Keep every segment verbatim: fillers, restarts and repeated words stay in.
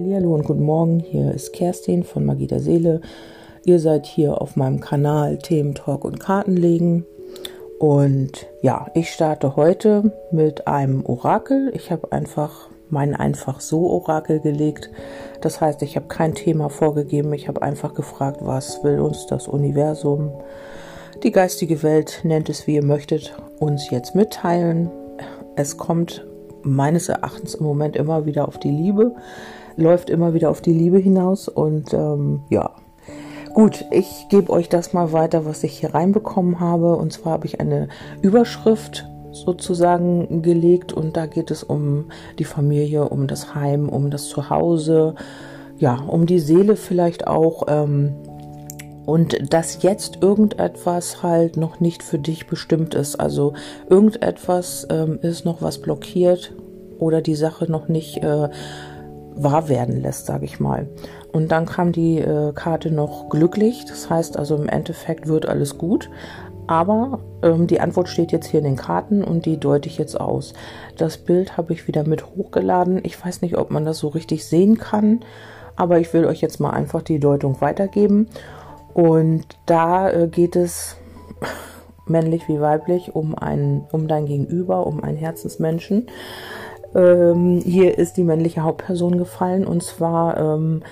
Hallihallo und guten Morgen, hier ist Kerstin von Magie der Seele. Ihr seid hier auf meinem Kanal Themen, Talk und Kartenlegen. Und ja, ich starte heute mit einem Orakel. Ich habe einfach mein einfach so Orakel gelegt. Das heißt, ich habe kein Thema vorgegeben. Ich habe einfach gefragt, was will uns das Universum, die geistige Welt, nennt es wie ihr möchtet, uns jetzt mitteilen. Es kommt meines Erachtens im Moment immer wieder auf die Liebe, läuft immer wieder auf die Liebe hinaus und ähm, ja, gut, ich gebe euch das mal weiter, was ich hier reinbekommen habe, und zwar habe ich eine Überschrift sozusagen gelegt und da geht es um die Familie, um das Heim, um das Zuhause, ja, um die Seele vielleicht auch, ähm, und dass jetzt irgendetwas halt noch nicht für dich bestimmt ist. Also irgendetwas ähm, ist noch, was blockiert oder die Sache noch nicht äh, wahr werden lässt, sage ich mal. Und dann kam die äh, Karte noch glücklich. Das heißt also im Endeffekt wird alles gut. Aber ähm, die Antwort steht jetzt hier in den Karten und die deute ich jetzt aus. Das Bild habe ich wieder mit hochgeladen. Ich weiß nicht, ob man das so richtig sehen kann. Aber ich will euch jetzt mal einfach die Deutung weitergeben. Und da äh, geht es, männlich wie weiblich, um, ein, um dein Gegenüber, um einen Herzensmenschen. Ähm, hier ist die männliche Hauptperson gefallen und zwar ähm,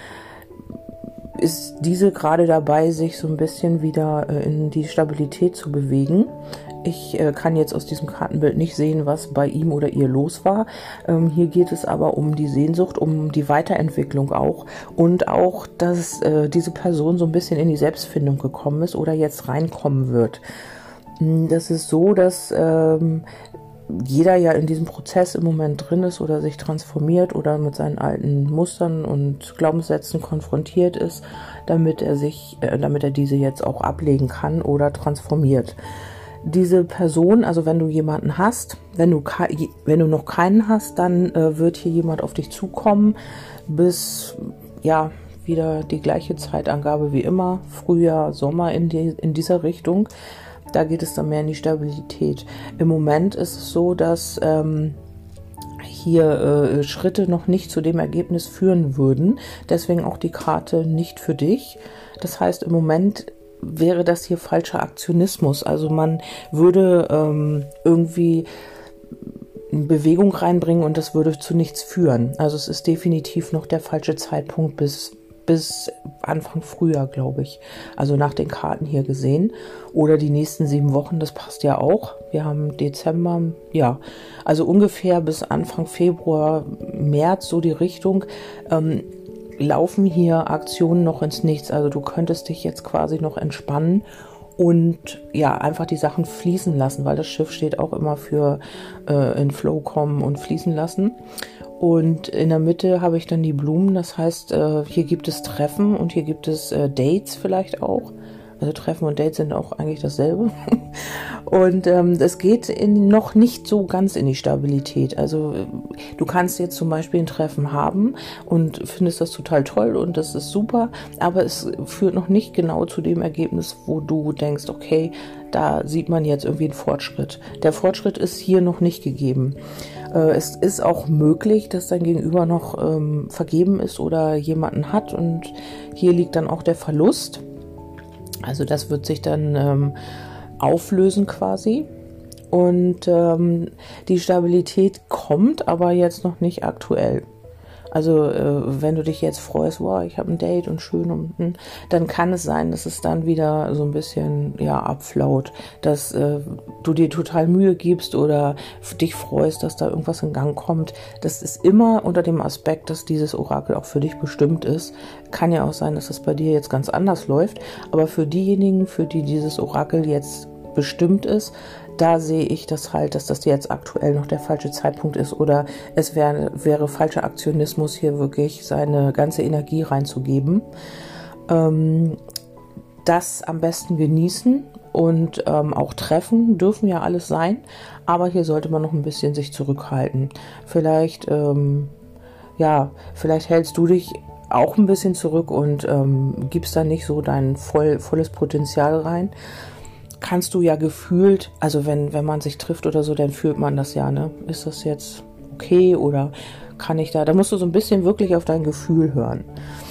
ist diese gerade dabei, sich so ein bisschen wieder äh, in die Stabilität zu bewegen. Ich äh, kann jetzt aus diesem Kartenbild nicht sehen, was bei ihm oder ihr los war. Ähm, hier geht es aber um die Sehnsucht, um die Weiterentwicklung auch und auch, dass äh, diese Person so ein bisschen in die Selbstfindung gekommen ist oder jetzt reinkommen wird. Das ist so, dass ähm, jeder ja in diesem Prozess im Moment drin ist oder sich transformiert oder mit seinen alten Mustern und Glaubenssätzen konfrontiert ist, damit er sich, äh, damit er diese jetzt auch ablegen kann oder transformiert. Diese Person, also wenn du jemanden hast, wenn du, wenn du noch keinen hast, dann äh, wird hier jemand auf dich zukommen, bis, ja, wieder die gleiche Zeitangabe wie immer, Frühjahr, Sommer in, die, in dieser Richtung. Da geht es dann mehr in die Stabilität. Im Moment ist es so, dass ähm, hier äh, Schritte noch nicht zu dem Ergebnis führen würden. Deswegen auch die Karte nicht für dich. Das heißt, im Moment wäre das hier falscher Aktionismus. Also man würde ähm, irgendwie eine Bewegung reinbringen und das würde zu nichts führen. Also es ist definitiv noch der falsche Zeitpunkt bis, bis Anfang Frühjahr, glaube ich. Also nach den Karten hier gesehen. Oder die nächsten sieben Wochen, das passt ja auch. Wir haben Dezember, ja, also ungefähr bis Anfang Februar, März, so die Richtung. Ähm, laufen hier Aktionen noch ins Nichts. Also du könntest dich jetzt quasi noch entspannen und ja, einfach die Sachen fließen lassen, weil das Schiff steht auch immer für äh, in Flow kommen und fließen lassen. Und in der Mitte habe ich dann die Blumen, das heißt, äh, hier gibt es Treffen und hier gibt es äh, Dates vielleicht auch. Also Treffen und Dates sind auch eigentlich dasselbe. Und ähm, es geht in, noch nicht so ganz in die Stabilität. Also du kannst jetzt zum Beispiel ein Treffen haben und findest das total toll und das ist super, aber es führt noch nicht genau zu dem Ergebnis, wo du denkst, okay, da sieht man jetzt irgendwie einen Fortschritt. Der Fortschritt ist hier noch nicht gegeben. Äh, es ist auch möglich, dass dein Gegenüber noch ähm, vergeben ist oder jemanden hat und hier liegt dann auch der Verlust. Also das wird sich dann ähm, auflösen quasi und ähm, die Stabilität kommt aber jetzt noch nicht aktuell. Also äh, wenn du dich jetzt freust, wow, ich habe ein Date und schön, und, und dann kann es sein, dass es dann wieder so ein bisschen ja abflaut, dass äh, du dir total Mühe gibst oder dich freust, dass da irgendwas in Gang kommt. Das ist immer unter dem Aspekt, dass dieses Orakel auch für dich bestimmt ist. Kann ja auch sein, dass das bei dir jetzt ganz anders läuft, aber für diejenigen, für die dieses Orakel jetzt bestimmt ist, da sehe ich das halt, dass das jetzt aktuell noch der falsche Zeitpunkt ist oder es wäre, wäre falscher Aktionismus, hier wirklich seine ganze Energie reinzugeben. Ähm, das am besten genießen und ähm, auch treffen dürfen ja alles sein, aber hier sollte man noch ein bisschen sich zurückhalten. Vielleicht, ähm, ja, vielleicht hältst du dich auch ein bisschen zurück und ähm, gibst da nicht so dein voll, volles Potenzial rein. Kannst du ja gefühlt, also wenn, wenn man sich trifft oder so, dann fühlt man das ja, ne? Ist das jetzt okay oder kann ich da, da musst du so ein bisschen wirklich auf dein Gefühl hören.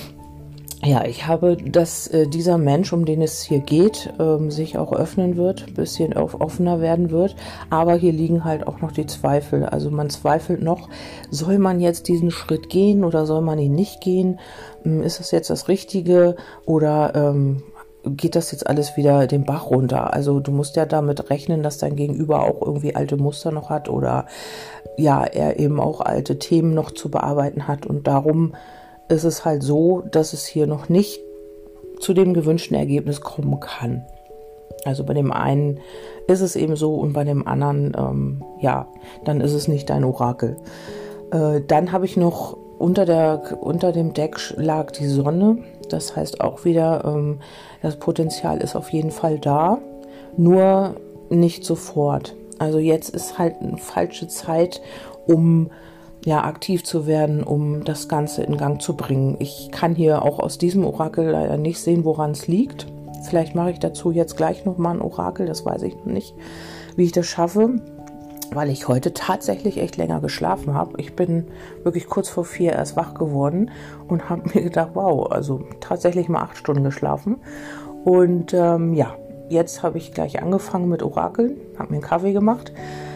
Ja, ich habe, dass äh, dieser Mensch, um den es hier geht, ähm, sich auch öffnen wird, ein bisschen auf, offener werden wird. Aber hier liegen halt auch noch die Zweifel. Also man zweifelt noch, soll man jetzt diesen Schritt gehen oder soll man ihn nicht gehen? Ähm, ist das jetzt das Richtige oder ähm, geht das jetzt alles wieder den Bach runter? Also du musst ja damit rechnen, dass dein Gegenüber auch irgendwie alte Muster noch hat oder ja, er eben auch alte Themen noch zu bearbeiten hat. Und darum ist es halt so, dass es hier noch nicht zu dem gewünschten Ergebnis kommen kann. Also bei dem einen ist es eben so und bei dem anderen, ähm, ja, dann ist es nicht dein Orakel. Äh, dann habe ich noch unter, der, unter dem Deck lag die Sonne. Das heißt auch wieder, ähm, das Potenzial ist auf jeden Fall da, nur nicht sofort. Also jetzt ist halt eine falsche Zeit, um ja, aktiv zu werden, um das Ganze in Gang zu bringen. Ich kann hier auch aus diesem Orakel leider nicht sehen, woran es liegt. Vielleicht mache ich dazu jetzt gleich nochmal ein Orakel, das weiß ich noch nicht, wie ich das schaffe, weil ich heute tatsächlich echt länger geschlafen habe. Ich bin wirklich kurz vor vier erst wach geworden und habe mir gedacht, wow, also tatsächlich mal acht Stunden geschlafen. Und ähm, ja, jetzt habe ich gleich angefangen mit Orakeln, habe mir einen Kaffee gemacht.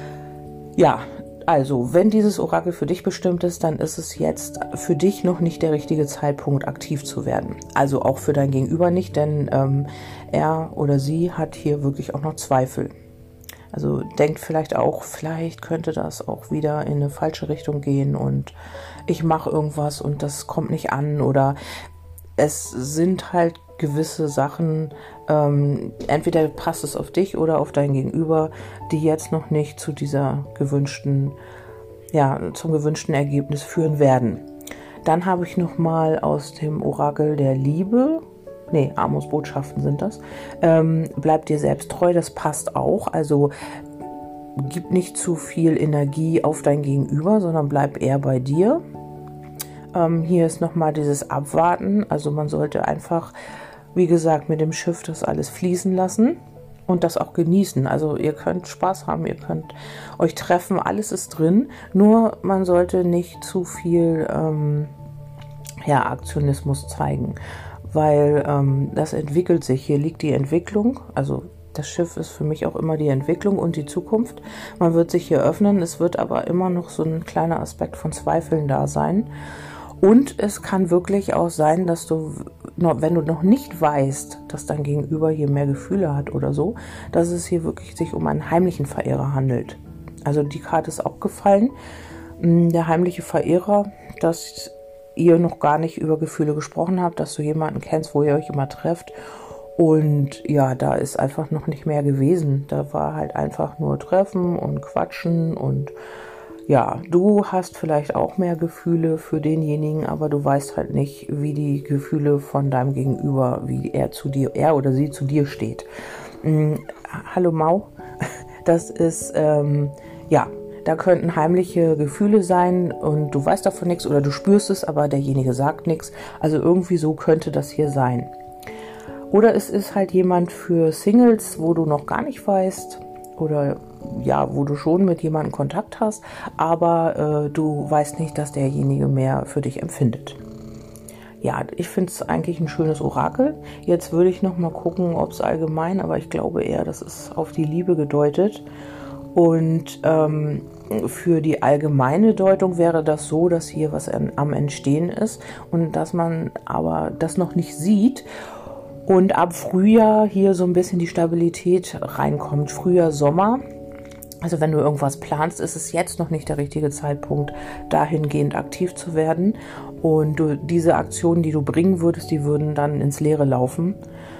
Ja, also, wenn dieses Orakel für dich bestimmt ist, dann ist es jetzt für dich noch nicht der richtige Zeitpunkt, aktiv zu werden. Also auch für dein Gegenüber nicht, denn ähm, er oder sie hat hier wirklich auch noch Zweifel. Also denkt vielleicht auch, vielleicht könnte das auch wieder in eine falsche Richtung gehen und ich mache irgendwas und das kommt nicht an oder es sind halt gewisse Sachen, ähm, entweder passt es auf dich oder auf dein Gegenüber, die jetzt noch nicht zu dieser gewünschten, ja, zum gewünschten Ergebnis führen werden. Dann habe ich noch mal aus dem Orakel der Liebe, nee, Amos Botschaften sind das, ähm, bleib dir selbst treu, das passt auch, also gib nicht zu viel Energie auf dein Gegenüber, sondern bleib eher bei dir. Ähm, hier ist nochmal dieses Abwarten, also man sollte einfach, wie gesagt, mit dem Schiff das alles fließen lassen und das auch genießen. Also ihr könnt Spaß haben, ihr könnt euch treffen, alles ist drin, nur man sollte nicht zu viel ähm, ja, Aktionismus zeigen, weil ähm, das entwickelt sich, hier liegt die Entwicklung, also das Schiff ist für mich auch immer die Entwicklung und die Zukunft. Man wird sich hier öffnen, es wird aber immer noch so ein kleiner Aspekt von Zweifeln da sein. Und es kann wirklich auch sein, dass du, wenn du noch nicht weißt, dass dein Gegenüber hier mehr Gefühle hat oder so, dass es hier wirklich sich um einen heimlichen Verehrer handelt. Also die Karte ist auch gefallen. Der heimliche Verehrer, dass ihr noch gar nicht über Gefühle gesprochen habt, dass du jemanden kennst, wo ihr euch immer trefft. Und ja, da ist einfach noch nicht mehr gewesen. Da war halt einfach nur Treffen und Quatschen und ja, du hast vielleicht auch mehr Gefühle für denjenigen, aber du weißt halt nicht, wie die Gefühle von deinem Gegenüber, wie er zu dir, er oder sie zu dir steht. Hm, hallo Mau, das ist, ähm, ja, da könnten heimliche Gefühle sein und du weißt davon nichts oder du spürst es, aber derjenige sagt nichts. Also irgendwie so könnte das hier sein. Oder es ist halt jemand für Singles, wo du noch gar nicht weißt oder ja, wo du schon mit jemandem Kontakt hast, aber äh, du weißt nicht, dass derjenige mehr für dich empfindet. Ja, ich finde es eigentlich ein schönes Orakel. Jetzt würde ich noch mal gucken, ob es allgemein, aber ich glaube eher, das ist auf die Liebe gedeutet. Und ähm, für die allgemeine Deutung wäre das so, dass hier was an, am Entstehen ist und dass man aber das noch nicht sieht. Und ab Frühjahr hier so ein bisschen die Stabilität reinkommt. Frühjahr, Sommer. Also wenn du irgendwas planst, ist es jetzt noch nicht der richtige Zeitpunkt, dahingehend aktiv zu werden. Und du, diese Aktionen, die du bringen würdest, die würden dann ins Leere laufen.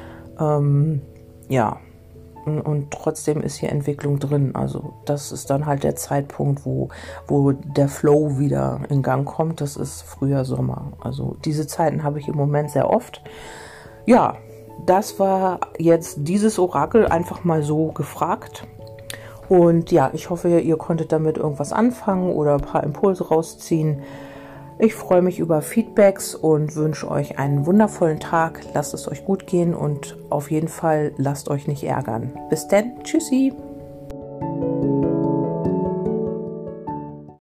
Ähm, ja, und, und trotzdem ist hier Entwicklung drin. Also das ist dann halt der Zeitpunkt, wo, wo der Flow wieder in Gang kommt. Das ist Frühjahr, Sommer. Also diese Zeiten habe ich im Moment sehr oft. Ja, das war jetzt dieses Orakel einfach mal so gefragt. Und ja, ich hoffe, ihr konntet damit irgendwas anfangen oder ein paar Impulse rausziehen. Ich freue mich über Feedbacks und wünsche euch einen wundervollen Tag. Lasst es euch gut gehen und auf jeden Fall lasst euch nicht ärgern. Bis dann, tschüssi!